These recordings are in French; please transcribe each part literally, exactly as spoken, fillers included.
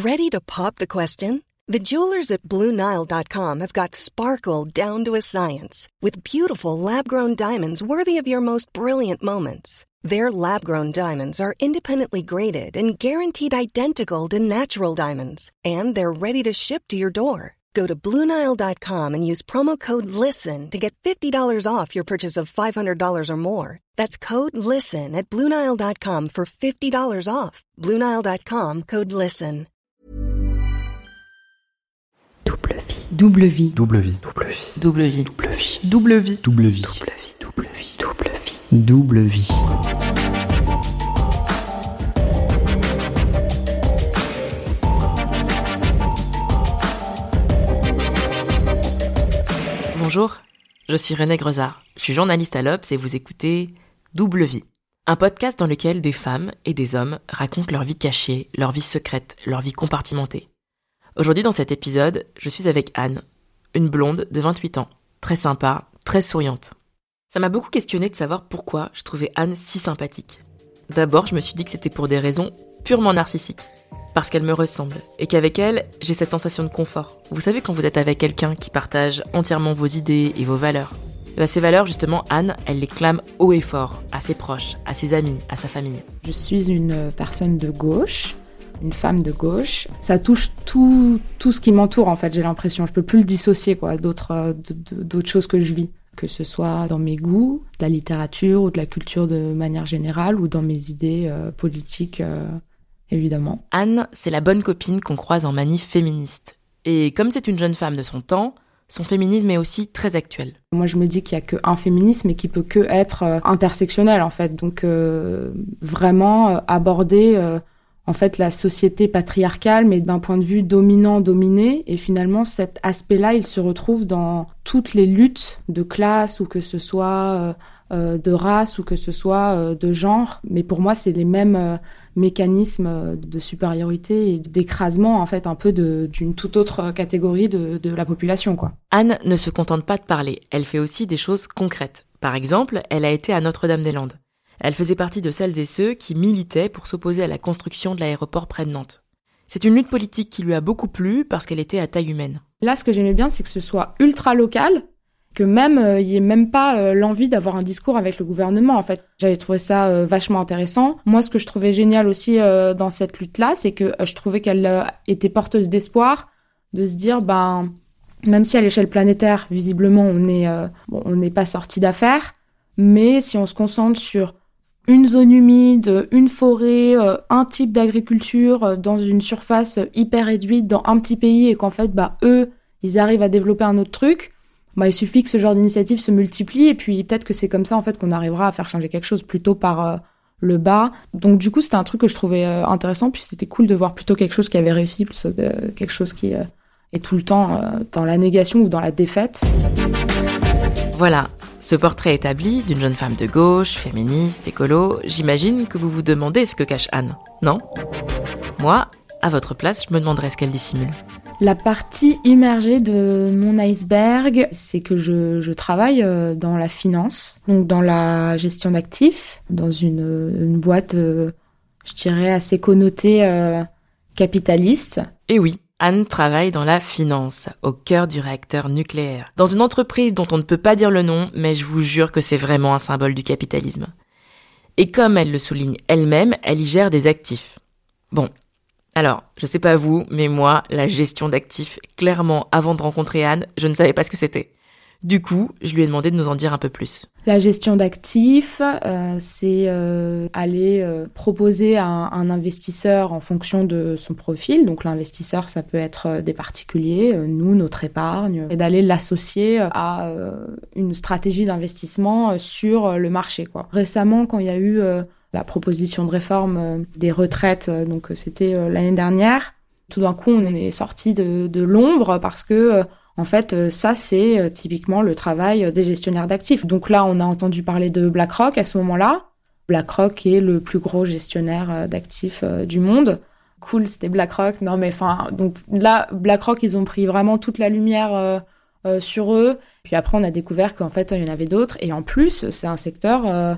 Ready to pop the question? The jewelers at Blue Nile dot com have got sparkle down to a science with beautiful lab-grown diamonds worthy of your most brilliant moments. Their lab-grown diamonds are independently graded and guaranteed identical to natural diamonds, and they're ready to ship to your door. Go to Blue Nile dot com and use promo code LISTEN to get fifty dollars off your purchase of five hundred dollars or more. That's code LISTEN at Blue Nile dot com for fifty dollars off. Blue Nile dot com, code LISTEN. Double vie. Double vie. Double vie. Double vie. Double vie. Double vie. Double vie. Double vie. Double vie. Double vie. Double vie. Bonjour, je suis René Grezard. Je suis journaliste à l'Obs et vous écoutez Double vie. Un podcast dans lequel des femmes et des hommes racontent leur vie cachée, leur vie secrète, leur vie compartimentée. Aujourd'hui, dans cet épisode, je suis avec Anne, une blonde de vingt-huit ans, très sympa, très souriante. Ça m'a beaucoup questionné de savoir pourquoi je trouvais Anne si sympathique. D'abord, je me suis dit que c'était pour des raisons purement narcissiques, parce qu'elle me ressemble, et qu'avec elle, j'ai cette sensation de confort. Vous savez quand vous êtes avec quelqu'un qui partage entièrement vos idées et vos valeurs. Et bien, ces valeurs, justement, Anne, elle les clame haut et fort, à ses proches, à ses amis, à sa famille. Je suis une personne de gauche, une femme de gauche. Ça touche tout, tout ce qui m'entoure, en fait, j'ai l'impression. Je peux plus le dissocier, quoi, d'autres, d'autres choses que je vis. Que ce soit dans mes goûts, de la littérature ou de la culture de manière générale, ou dans mes idées euh, politiques, euh, évidemment. Anne, c'est la bonne copine qu'on croise en manif féministe. Et comme c'est une jeune femme de son temps, son féminisme est aussi très actuel. Moi, je me dis qu'il y a qu'un féminisme et qui peut que être euh, intersectionnel, en fait. Donc, euh, vraiment euh, aborder... Euh, en fait, la société patriarcale, mais d'un point de vue dominant-dominé. Et finalement, cet aspect-là, il se retrouve dans toutes les luttes de classe, ou que ce soit euh, de race, ou que ce soit euh, de genre. Mais pour moi, c'est les mêmes euh, mécanismes de supériorité et d'écrasement, en fait, un peu de, d'une toute autre catégorie de, de la population, quoi. Anne ne se contente pas de parler. Elle fait aussi des choses concrètes. Par exemple, elle a été à Notre-Dame-des-Landes. Elle faisait partie de celles et ceux qui militaient pour s'opposer à la construction de l'aéroport près de Nantes. C'est une lutte politique qui lui a beaucoup plu parce qu'elle était à taille humaine. Là, ce que j'aimais bien, c'est que ce soit ultra local, que même il euh, y ait même pas euh, l'envie d'avoir un discours avec le gouvernement. En fait, j'avais trouvé ça euh, vachement intéressant. Moi, ce que je trouvais génial aussi euh, dans cette lutte-là, c'est que euh, je trouvais qu'elle euh, était porteuse d'espoir, de se dire, ben, même si à l'échelle planétaire, visiblement, on est, euh, bon, on n'est pas sorti d'affaire, mais si on se concentre sur une zone humide, une forêt, euh, un type d'agriculture euh, dans une surface euh, hyper réduite dans un petit pays, et qu'en fait, bah, eux, ils arrivent à développer un autre truc, bah, il suffit que ce genre d'initiative se multiplie, et puis peut-être que c'est comme ça, en fait, qu'on arrivera à faire changer quelque chose plutôt par euh, le bas. Donc, du coup, c'était un truc que je trouvais euh, intéressant, puis c'était cool de voir plutôt quelque chose qui avait réussi, plutôt que euh, quelque chose qui euh, est tout le temps euh, dans la négation ou dans la défaite. Voilà, ce portrait établi d'une jeune femme de gauche, féministe, écolo, j'imagine que vous vous demandez ce que cache Anne, non ? Moi, à votre place, je me demanderais ce qu'elle dissimule. La partie immergée de mon iceberg, c'est que je, je travaille dans la finance, donc dans la gestion d'actifs, dans une, une boîte, euh, je dirais, assez connotée euh, capitaliste. Et oui, Anne travaille dans la finance, au cœur du réacteur nucléaire, dans une entreprise dont on ne peut pas dire le nom, mais je vous jure que c'est vraiment un symbole du capitalisme. Et comme elle le souligne elle-même, elle y gère des actifs. Bon, alors, je sais pas vous, mais moi, la gestion d'actifs, clairement, avant de rencontrer Anne, je ne savais pas ce que c'était. Du coup, je lui ai demandé de nous en dire un peu plus. La gestion d'actifs, euh, c'est euh, aller euh, proposer à un, un investisseur en fonction de son profil. Donc l'investisseur, ça peut être euh, des particuliers, euh, nous, notre épargne, et d'aller l'associer à euh, une stratégie d'investissement euh, sur euh, le marché, quoi. Récemment, quand il y a eu euh, la proposition de réforme euh, des retraites, euh, donc euh, c'était euh, l'année dernière, tout d'un coup, on est sorti de, de l'ombre parce que euh, En fait, ça, c'est typiquement le travail des gestionnaires d'actifs. Donc là, on a entendu parler de BlackRock à ce moment-là. BlackRock est le plus gros gestionnaire d'actifs du monde. Cool, c'était BlackRock. Non, mais enfin, donc là, BlackRock, ils ont pris vraiment toute la lumière euh, euh, sur eux. Puis après, on a découvert qu'en fait, il y en avait d'autres. Et en plus, c'est un secteur euh,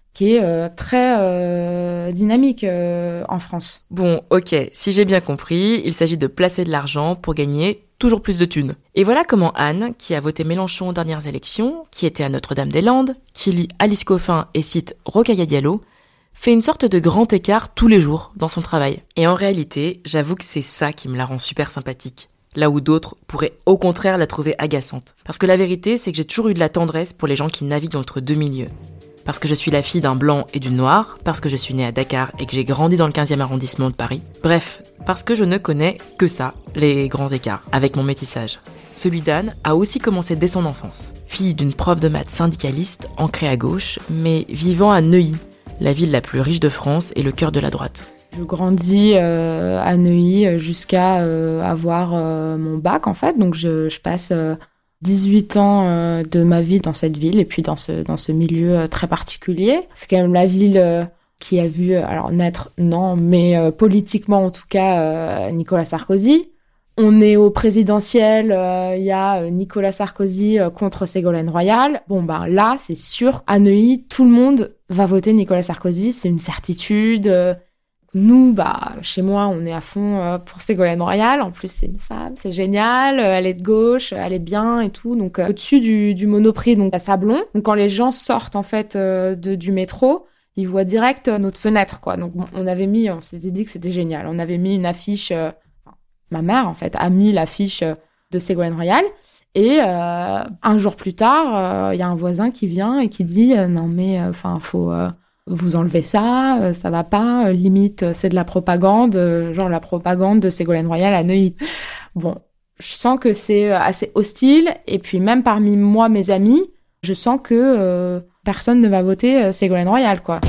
qui est euh, très euh, dynamique euh, en France. Bon, ok, si j'ai bien compris, il s'agit de placer de l'argent pour gagner toujours plus de thunes. Et voilà comment Anne, qui a voté Mélenchon aux dernières élections, qui était à Notre-Dame-des-Landes, qui lit Alice Coffin et cite Rokhaya Diallo, fait une sorte de grand écart tous les jours dans son travail. Et en réalité, j'avoue que c'est ça qui me la rend super sympathique. Là où d'autres pourraient au contraire la trouver agaçante. Parce que la vérité, c'est que j'ai toujours eu de la tendresse pour les gens qui naviguent entre deux milieux. Parce que je suis la fille d'un blanc et d'une noire, parce que je suis née à Dakar et que j'ai grandi dans le quinzième arrondissement de Paris. Bref, parce que je ne connais que ça, les grands écarts, avec mon métissage. Celui d'Anne a aussi commencé dès son enfance. Fille d'une prof de maths syndicaliste, ancrée à gauche, mais vivant à Neuilly, la ville la plus riche de France et le cœur de la droite. Je grandis euh, à Neuilly jusqu'à euh, avoir euh, mon bac, en fait. Donc, je, je passe euh, dix-huit ans euh, de ma vie dans cette ville et puis dans ce, dans ce milieu euh, très particulier. C'est quand même la ville euh, qui a vu, alors naître, non, mais euh, politiquement, en tout cas, euh, Nicolas Sarkozy. On est au présidentiel, il euh, y a Nicolas Sarkozy euh, contre Ségolène Royal. Bon, ben là, c'est sûr, à Neuilly, tout le monde va voter Nicolas Sarkozy, c'est une certitude. Euh, nous, bah, chez moi, on est à fond euh, pour Ségolène Royal. En plus, c'est une femme, c'est génial, euh, elle est de gauche, elle est bien et tout. Donc, euh, au-dessus du, du Monoprix, donc à Sablon. Donc, quand les gens sortent, en fait, euh, de, du métro, ils voient direct euh, notre fenêtre, quoi. Donc, bon, on avait mis, on s'était dit que c'était génial. On avait mis une affiche... Euh, Ma mère, en fait, a mis l'affiche de Ségolène Royal. Et euh, un jour plus tard, il euh, y a un voisin qui vient et qui dit euh, « Non, mais enfin, euh, faut euh, vous enlever ça, euh, ça va pas. Euh, limite, c'est de la propagande, euh, genre la propagande de Ségolène Royal à Neuilly. » Bon, je sens que c'est assez hostile. Et puis même parmi moi, mes amis, je sens que euh, personne ne va voter euh, Ségolène Royal, quoi.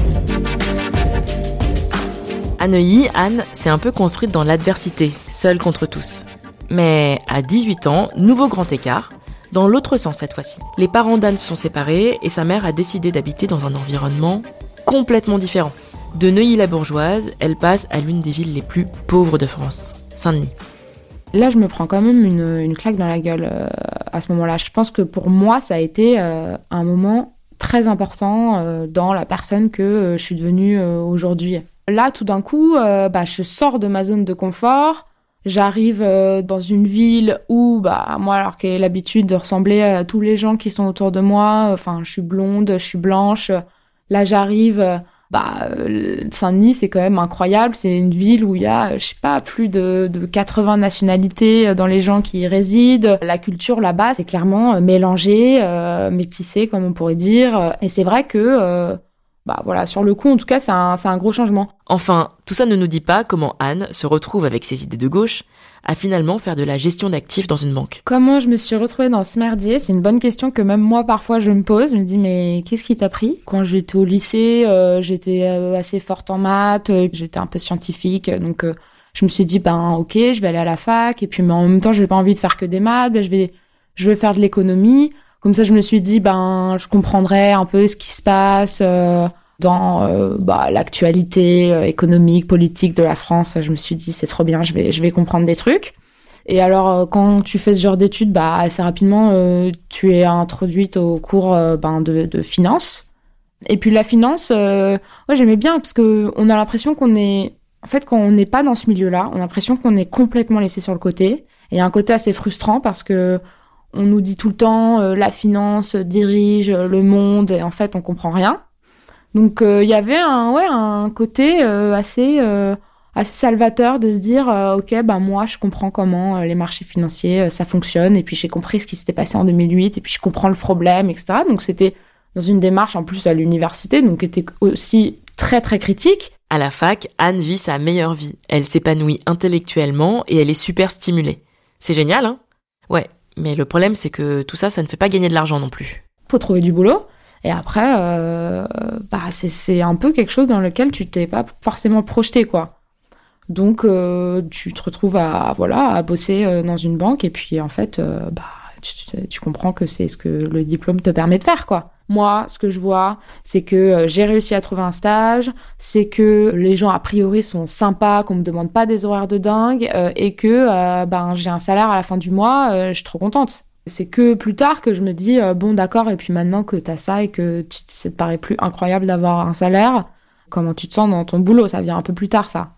À Neuilly, Anne s'est un peu construite dans l'adversité, seule contre tous. Mais à dix-huit ans, nouveau grand écart, dans l'autre sens cette fois-ci. Les parents d'Anne se sont séparés et sa mère a décidé d'habiter dans un environnement complètement différent. De Neuilly-la-Bourgeoise, elle passe à l'une des villes les plus pauvres de France, Saint-Denis. Là, je me prends quand même une, une claque dans la gueule euh, à ce moment-là. Je pense que pour moi, ça a été euh, un moment très important euh, dans la personne que euh, je suis devenue euh, aujourd'hui. Là, tout d'un coup, euh, bah, je sors de ma zone de confort. J'arrive euh, dans une ville où, bah, moi, alors que j'ai l'habitude de ressembler à tous les gens qui sont autour de moi, enfin, je suis blonde, je suis blanche. Là, j'arrive, euh, bah, euh, Saint-Denis, c'est quand même incroyable. C'est une ville où il y a, je sais pas, plus de, de quatre-vingts nationalités dans les gens qui y résident. La culture là-bas, c'est clairement mélangée, euh, métissée, comme on pourrait dire. Et c'est vrai que... Euh, Bah voilà, sur le coup, en tout cas, c'est un, c'est un gros changement. Enfin, tout ça ne nous dit pas comment Anne se retrouve avec ses idées de gauche à finalement faire de la gestion d'actifs dans une banque. Comment je me suis retrouvée dans ce merdier ? C'est une bonne question que même moi, parfois, je me pose. Je me dis, mais qu'est-ce qui t'a pris ? Quand j'étais au lycée, euh, j'étais euh, assez forte en maths, euh, j'étais un peu scientifique, donc euh, je me suis dit, ben ok, je vais aller à la fac, et puis mais en même temps, j'ai pas envie de faire que des maths, ben, je vais, je vais faire de l'économie. Comme ça, je me suis dit, ben, je comprendrais un peu ce qui se passe euh, dans euh, bah, l'actualité euh, économique, politique de la France. Je me suis dit, c'est trop bien, je vais, je vais comprendre des trucs. Et alors, euh, quand tu fais ce genre d'études, bah, assez rapidement, euh, tu es introduite au cours euh, ben, de, de finance. Et puis la finance, euh, ouais, j'aimais bien parce que on a l'impression qu'on est, en fait, quand on n'est pas dans ce milieu-là, on a l'impression qu'on est complètement laissé sur le côté. Et il y a un côté assez frustrant parce que on nous dit tout le temps euh, la finance dirige le monde et en fait on comprend rien. Donc il euh, y avait un ouais un côté euh, assez euh, assez salvateur de se dire euh, ok bah moi je comprends comment euh, les marchés financiers euh, ça fonctionne et puis j'ai compris ce qui s'était passé en deux mille huit et puis je comprends le problème et cetera. Donc c'était dans une démarche en plus à l'université donc qui était aussi très très critique. À la fac, Anne vit sa meilleure vie. Elle s'épanouit intellectuellement et elle est super stimulée. C'est génial, hein ? Ouais. Mais le problème, c'est que tout ça, ça ne fait pas gagner de l'argent non plus. Faut trouver du boulot. Et après, euh, bah, c'est, c'est un peu quelque chose dans lequel tu t'es pas forcément projeté, quoi. Donc, euh, tu te retrouves à, voilà, à bosser dans une banque. Et puis, en fait, euh, bah, tu, tu comprends que c'est ce que le diplôme te permet de faire, quoi. Moi, ce que je vois, c'est que j'ai réussi à trouver un stage, c'est que les gens, a priori, sont sympas, qu'on me demande pas des horaires de dingue, euh, et que euh, ben, j'ai un salaire à la fin du mois, euh, je suis trop contente. C'est que plus tard que je me dis, euh, bon d'accord, et puis maintenant que t'as ça et que tu, ça te paraît plus incroyable d'avoir un salaire, comment tu te sens dans ton boulot, ça vient un peu plus tard ça.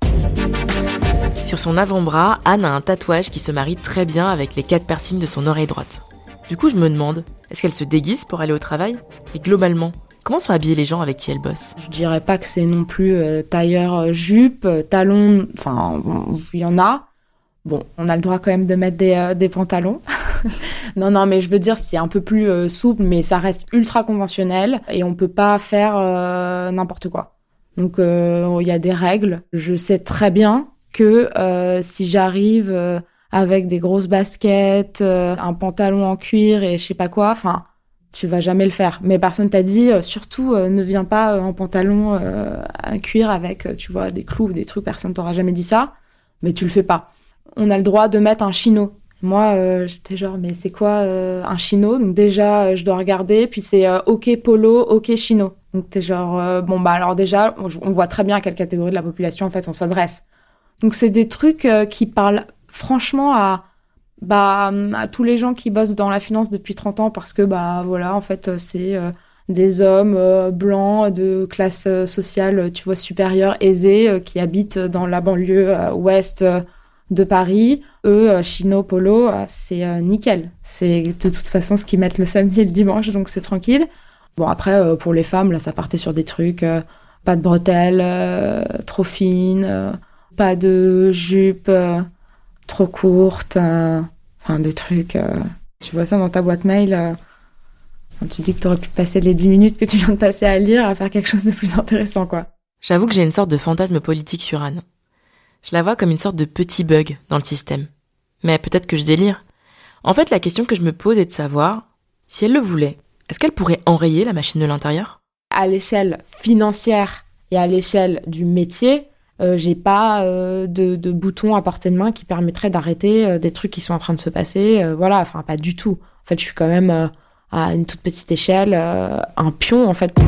Sur son avant-bras, Anne a un tatouage qui se marie très bien avec les quatre piercings de son oreille droite. Du coup, je me demande, est-ce qu'elle se déguise pour aller au travail ? Et globalement, comment sont habillés les gens avec qui elle bosse ? Je dirais pas que c'est non plus euh, tailleur euh, jupe, euh, talons, enfin, bon, il y en a. Bon, on a le droit quand même de mettre des, euh, des pantalons. non, non, mais je veux dire, c'est un peu plus euh, souple, mais ça reste ultra conventionnel et on peut pas faire euh, n'importe quoi. Donc, il euh, y a des règles. Je sais très bien que euh, si j'arrive euh, avec des grosses baskets, euh, un pantalon en cuir et je sais pas quoi, enfin, tu vas jamais le faire. Mais personne t'a dit, euh, surtout, euh, ne viens pas euh, en pantalon euh, en cuir avec, euh, tu vois, des clous ou des trucs, personne t'aura jamais dit ça, mais tu le fais pas. On a le droit de mettre un chino. Moi, euh, j'étais genre, mais c'est quoi euh, un chino ? Donc déjà, euh, je dois regarder, puis c'est euh, OK polo, OK chino. Donc t'es genre, euh, bon bah alors déjà, on, on voit très bien à quelle catégorie de la population, en fait, on s'adresse. Donc c'est des trucs euh, qui parlent franchement à, bah, à tous les gens qui bossent dans la finance depuis trente ans, parce que, bah voilà, en fait, c'est euh, des hommes euh, blancs de classe euh, sociale, tu vois, supérieure, aisée, euh, qui habitent dans la banlieue euh, ouest euh, de Paris. Eux, euh, chino, polo, euh, c'est euh, nickel. C'est de toute façon ce qu'ils mettent le samedi et le dimanche, donc c'est tranquille. Bon, après, euh, pour les femmes, là, ça partait sur des trucs, euh, pas de bretelles, euh, trop fines, euh, pas de jupe euh, trop courte, euh, enfin des trucs... Euh, tu vois ça dans ta boîte mail, euh, tu dis que t'aurais pu passer les dix minutes que tu viens de passer à lire à faire quelque chose de plus intéressant, quoi. J'avoue que j'ai une sorte de fantasme politique sur Anne. Je la vois comme une sorte de petit bug dans le système. Mais peut-être que je délire. En fait, la question que je me pose est de savoir, si elle le voulait, est-ce qu'elle pourrait enrayer la machine de l'intérieur ? À l'échelle financière et à l'échelle du métier, euh, j'ai pas euh, de, de bouton à portée de main qui permettrait d'arrêter euh, des trucs qui sont en train de se passer. Euh, voilà, enfin pas du tout. En fait, je suis quand même euh, à une toute petite échelle, euh, un pion en fait.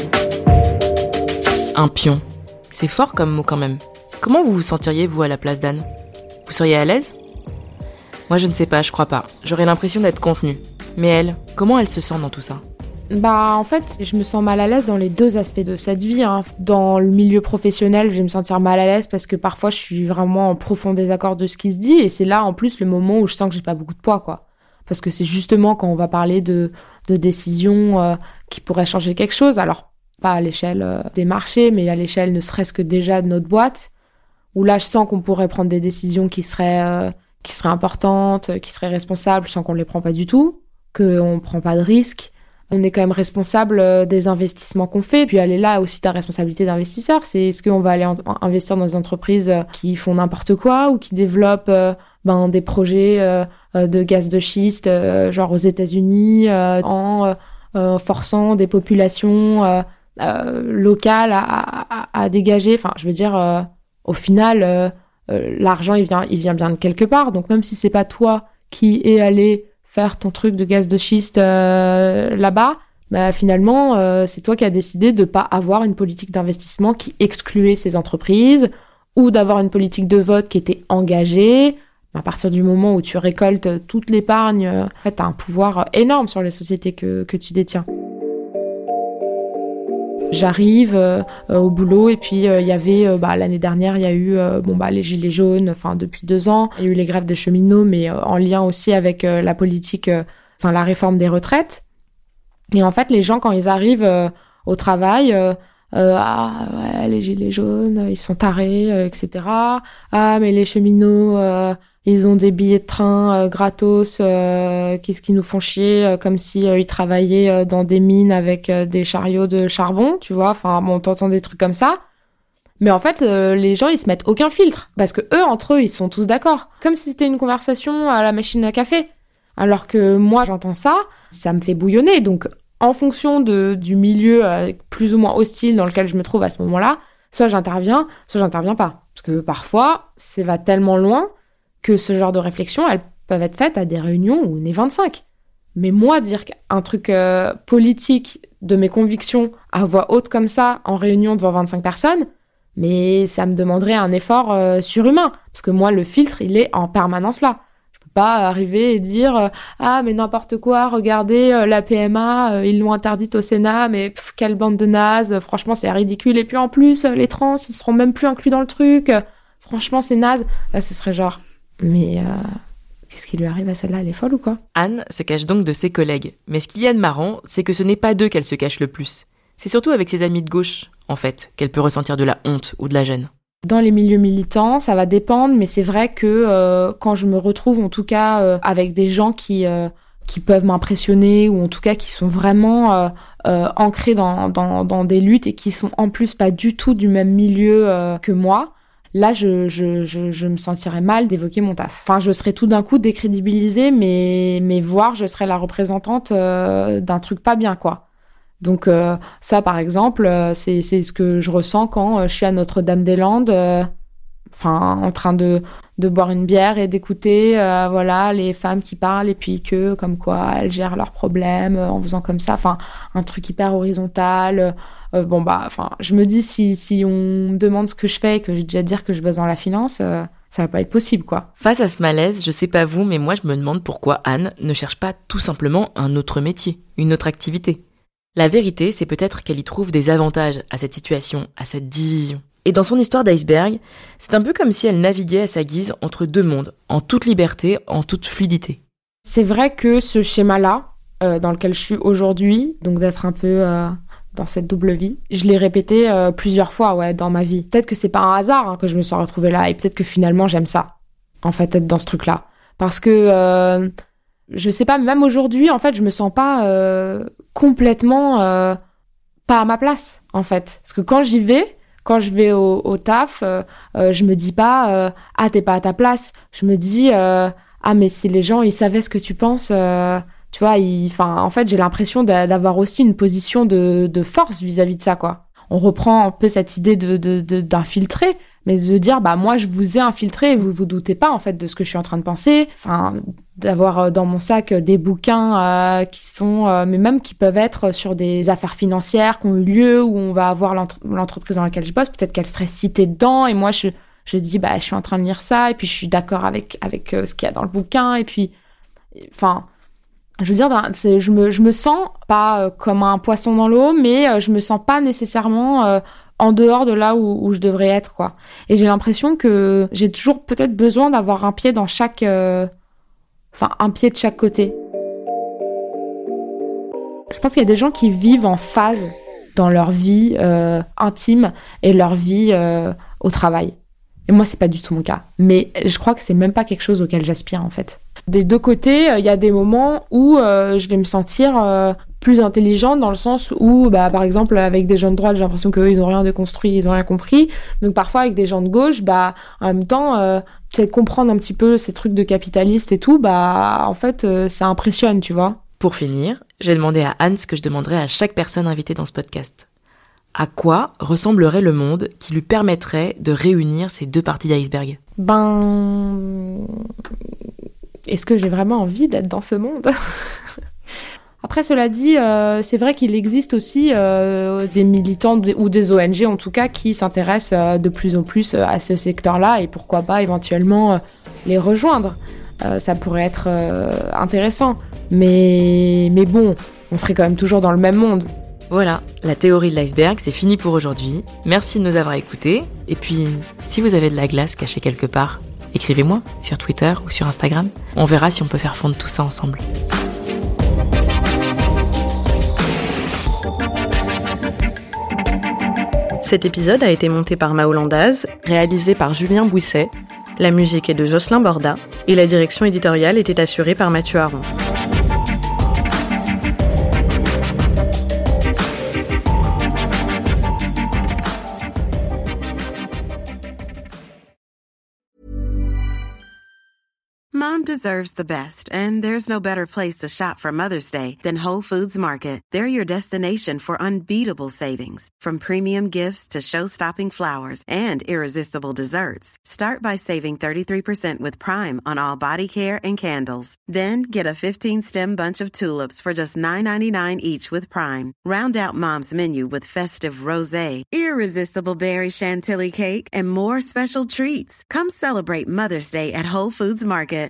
Un pion. C'est fort comme mot quand même. Comment vous vous sentiriez, vous, à la place d'Anne ? Vous seriez à l'aise ? Moi, je ne sais pas, je crois pas. J'aurais l'impression d'être contenue. Mais elle, comment elle se sent dans tout ça ? Bah, en fait, je me sens mal à l'aise dans les deux aspects de cette vie, hein. Dans le milieu professionnel, je vais me sentir mal à l'aise parce que parfois, je suis vraiment en profond désaccord de ce qui se dit. Et c'est là, en plus, le moment où je sens que j'ai pas beaucoup de poids, quoi. Parce que c'est justement quand on va parler de, de décisions euh, qui pourraient changer quelque chose. Alors, pas à l'échelle euh, des marchés, mais à l'échelle ne serait-ce que déjà de notre boîte, où là, je sens qu'on pourrait prendre des décisions qui seraient, euh, qui seraient importantes, qui seraient responsables, je sens qu'on ne les prend pas du tout, qu'on ne prend pas de risques. On est quand même responsable des investissements qu'on fait. Puis elle est là aussi ta responsabilité d'investisseur. C'est est-ce qu'on va aller en- investir dans des entreprises qui font n'importe quoi ou qui développent euh, ben, des projets euh, de gaz de schiste, euh, genre aux États-Unis, euh, en euh, forçant des populations euh, euh, locales à, à, à dégager. Enfin, je veux dire, euh, au final, euh, euh, l'argent, il vient, il vient bien de quelque part. Donc même si c'est pas toi qui est allé faire ton truc de gaz de schiste euh, là-bas, bah finalement, euh, c'est toi qui as décidé de pas avoir une politique d'investissement qui excluait ces entreprises ou d'avoir une politique de vote qui était engagée. À partir du moment où tu récoltes toute l'épargne, euh, en fait, t'as un pouvoir énorme sur les sociétés que, que tu détiens. J'arrive euh, au boulot et puis il euh, y avait euh, bah, l'année dernière il y a eu euh, bon bah les gilets jaunes, enfin depuis deux ans il y a eu les grèves des cheminots, mais euh, en lien aussi avec euh, la politique, enfin euh, la réforme des retraites. Et en fait les gens quand ils arrivent euh, au travail, euh, euh, ah ouais les gilets jaunes ils sont tarés, euh, et cetera. Ah mais les cheminots euh, ils ont des billets de train euh, gratos, euh, qu'est-ce qu'ils nous font chier, euh, comme si euh, ils travaillaient euh, dans des mines avec euh, des chariots de charbon, tu vois. Enfin, bon, t'entends des trucs comme ça. Mais en fait, euh, les gens, ils se mettent aucun filtre. Parce que eux, entre eux, ils sont tous d'accord. Comme si c'était une conversation à la machine à café. Alors que moi, j'entends ça, ça me fait bouillonner. Donc, en fonction de, du milieu euh, plus ou moins hostile dans lequel je me trouve à ce moment-là, soit j'interviens, soit j'interviens pas. Parce que parfois, ça va tellement loin que ce genre de réflexion, elles peuvent être faites à des réunions où on est vingt-cinq. Mais moi, dire qu'un truc euh, politique de mes convictions à voix haute comme ça, en réunion devant vingt-cinq personnes, mais ça me demanderait un effort euh, surhumain. Parce que moi, le filtre, il est en permanence là. Je peux pas arriver et dire euh, ah mais n'importe quoi, regardez euh, la P M A, euh, ils l'ont interdite au Sénat, mais pff, quelle bande de nazes, franchement c'est ridicule, et puis en plus euh, les trans ils seront même plus inclus dans le truc, euh, franchement c'est naze. Là ce serait genre mais euh, qu'est-ce qui lui arrive à celle-là, elle est folle ou quoi? Anne se cache donc de ses collègues, mais ce qu'il y a de marrant, c'est que ce n'est pas d'eux qu'elle se cache le plus. C'est surtout avec ses amis de gauche, en fait, qu'elle peut ressentir de la honte ou de la gêne. Dans les milieux militants, ça va dépendre, mais c'est vrai que euh, quand je me retrouve, en tout cas, euh, avec des gens qui euh, qui peuvent m'impressionner, ou en tout cas qui sont vraiment euh, euh, ancrés dans, dans dans des luttes et qui sont en plus pas du tout du même milieu euh, que moi, là, je je je je me sentirais mal d'évoquer mon taf. Enfin, je serais tout d'un coup décrédibilisée, mais mais voire je serais la représentante euh, d'un truc pas bien, quoi. Donc euh, ça, par exemple, euh, c'est c'est ce que je ressens quand euh, je suis à Notre-Dame-des-Landes, euh, enfin en train de de boire une bière et d'écouter, euh, voilà, les femmes qui parlent et puis que comme quoi elles gèrent leurs problèmes euh, en faisant comme ça, enfin un truc hyper horizontal. Euh, bon bah, enfin, je me dis si si on me demande ce que je fais et que j'ai déjà dire que je bosse dans la finance. Euh, Ça va pas être possible, quoi. Face à ce malaise, je sais pas vous, mais moi je me demande pourquoi Anne ne cherche pas tout simplement un autre métier, une autre activité. La vérité, c'est peut-être qu'elle y trouve des avantages à cette situation, à cette division. Et dans son histoire d'iceberg, c'est un peu comme si elle naviguait à sa guise entre deux mondes, en toute liberté, en toute fluidité. C'est vrai que ce schéma-là, euh, dans lequel je suis aujourd'hui, donc d'être un peu euh, dans cette double vie, je l'ai répété euh, plusieurs fois, ouais, dans ma vie. Peut-être que c'est pas un hasard hein, que je me sois retrouvée là, et peut-être que finalement j'aime ça, en fait, être dans ce truc-là. Parce que... Euh, je sais pas, même aujourd'hui, en fait, je me sens pas euh, complètement euh, pas à ma place, en fait. Parce que quand j'y vais, quand je vais au, au taf, euh, euh, je me dis pas euh, ah t'es pas à ta place. Je me dis euh, ah mais si les gens ils savaient ce que tu penses, euh, tu vois, enfin en fait j'ai l'impression d'a, d'avoir aussi une position de, de force vis-à-vis de ça, quoi. On reprend un peu cette idée de, de, de d'infiltrer. Mais de dire, bah, moi, je vous ai infiltré et vous vous doutez pas, en fait, de ce que je suis en train de penser. Enfin, d'avoir dans mon sac des bouquins euh, qui sont, euh, mais même qui peuvent être sur des affaires financières qui ont eu lieu, où on va avoir l'entre- l'entreprise dans laquelle je bosse, peut-être qu'elle serait citée dedans, et moi, je, je dis, bah, je suis en train de lire ça, et puis je suis d'accord avec, avec euh, ce qu'il y a dans le bouquin, et puis, enfin, je veux dire, c'est, je me, je me sens pas euh, comme un poisson dans l'eau, mais euh, je me sens pas nécessairement, euh, en dehors de là où, où je devrais être, quoi. Et j'ai l'impression que j'ai toujours peut-être besoin d'avoir un pied dans chaque... Euh... Enfin, un pied de chaque côté. Je pense qu'il y a des gens qui vivent en phase dans leur vie euh, intime et leur vie euh, au travail. Et moi, c'est pas du tout mon cas. Mais je crois que c'est même pas quelque chose auquel j'aspire, en fait. Des deux côtés, il y a des moments où euh, je vais me sentir euh, plus intelligente, dans le sens où, bah, par exemple, avec des gens de droite, j'ai l'impression qu'eux, ils ont rien déconstruit, ils ont rien compris. Donc parfois, avec des gens de gauche, bah, en même temps, euh, peut-être comprendre un petit peu ces trucs de capitalistes et tout, bah, en fait, euh, ça impressionne, tu vois. Pour finir, j'ai demandé à Anne ce que je demanderais à chaque personne invitée dans ce podcast. À quoi ressemblerait le monde qui lui permettrait de réunir ces deux parties d'iceberg ? Ben... Est-ce que j'ai vraiment envie d'être dans ce monde ? Après, cela dit, euh, c'est vrai qu'il existe aussi euh, des militants de, ou des O N G, en tout cas, qui s'intéressent euh, de plus en plus à ce secteur-là, et pourquoi pas éventuellement euh, les rejoindre. Euh, ça pourrait être euh, intéressant. Mais, mais bon, on serait quand même toujours dans le même monde. Voilà, la théorie de l'iceberg, c'est fini pour aujourd'hui. Merci de nous avoir écoutés. Et puis, si vous avez de la glace cachée quelque part, écrivez-moi sur Twitter ou sur Instagram. On verra si on peut faire fondre tout ça ensemble. Cet épisode a été monté par Mao Landaz, réalisé par Julien Bouisset, la musique est de Jocelyn Borda et la direction éditoriale était assurée par Mathieu Aron. Mom deserves the best, and there's no better place to shop for Mother's Day than Whole Foods Market. They're your destination for unbeatable savings, from premium gifts to show-stopping flowers and irresistible desserts. Start by saving thirty-three percent with Prime on all body care and candles. Then get a fifteen-stem bunch of tulips for just nine ninety-nine each with Prime. Round out Mom's menu with festive rosé, irresistible berry chantilly cake, and more special treats. Come celebrate Mother's Day at Whole Foods Market.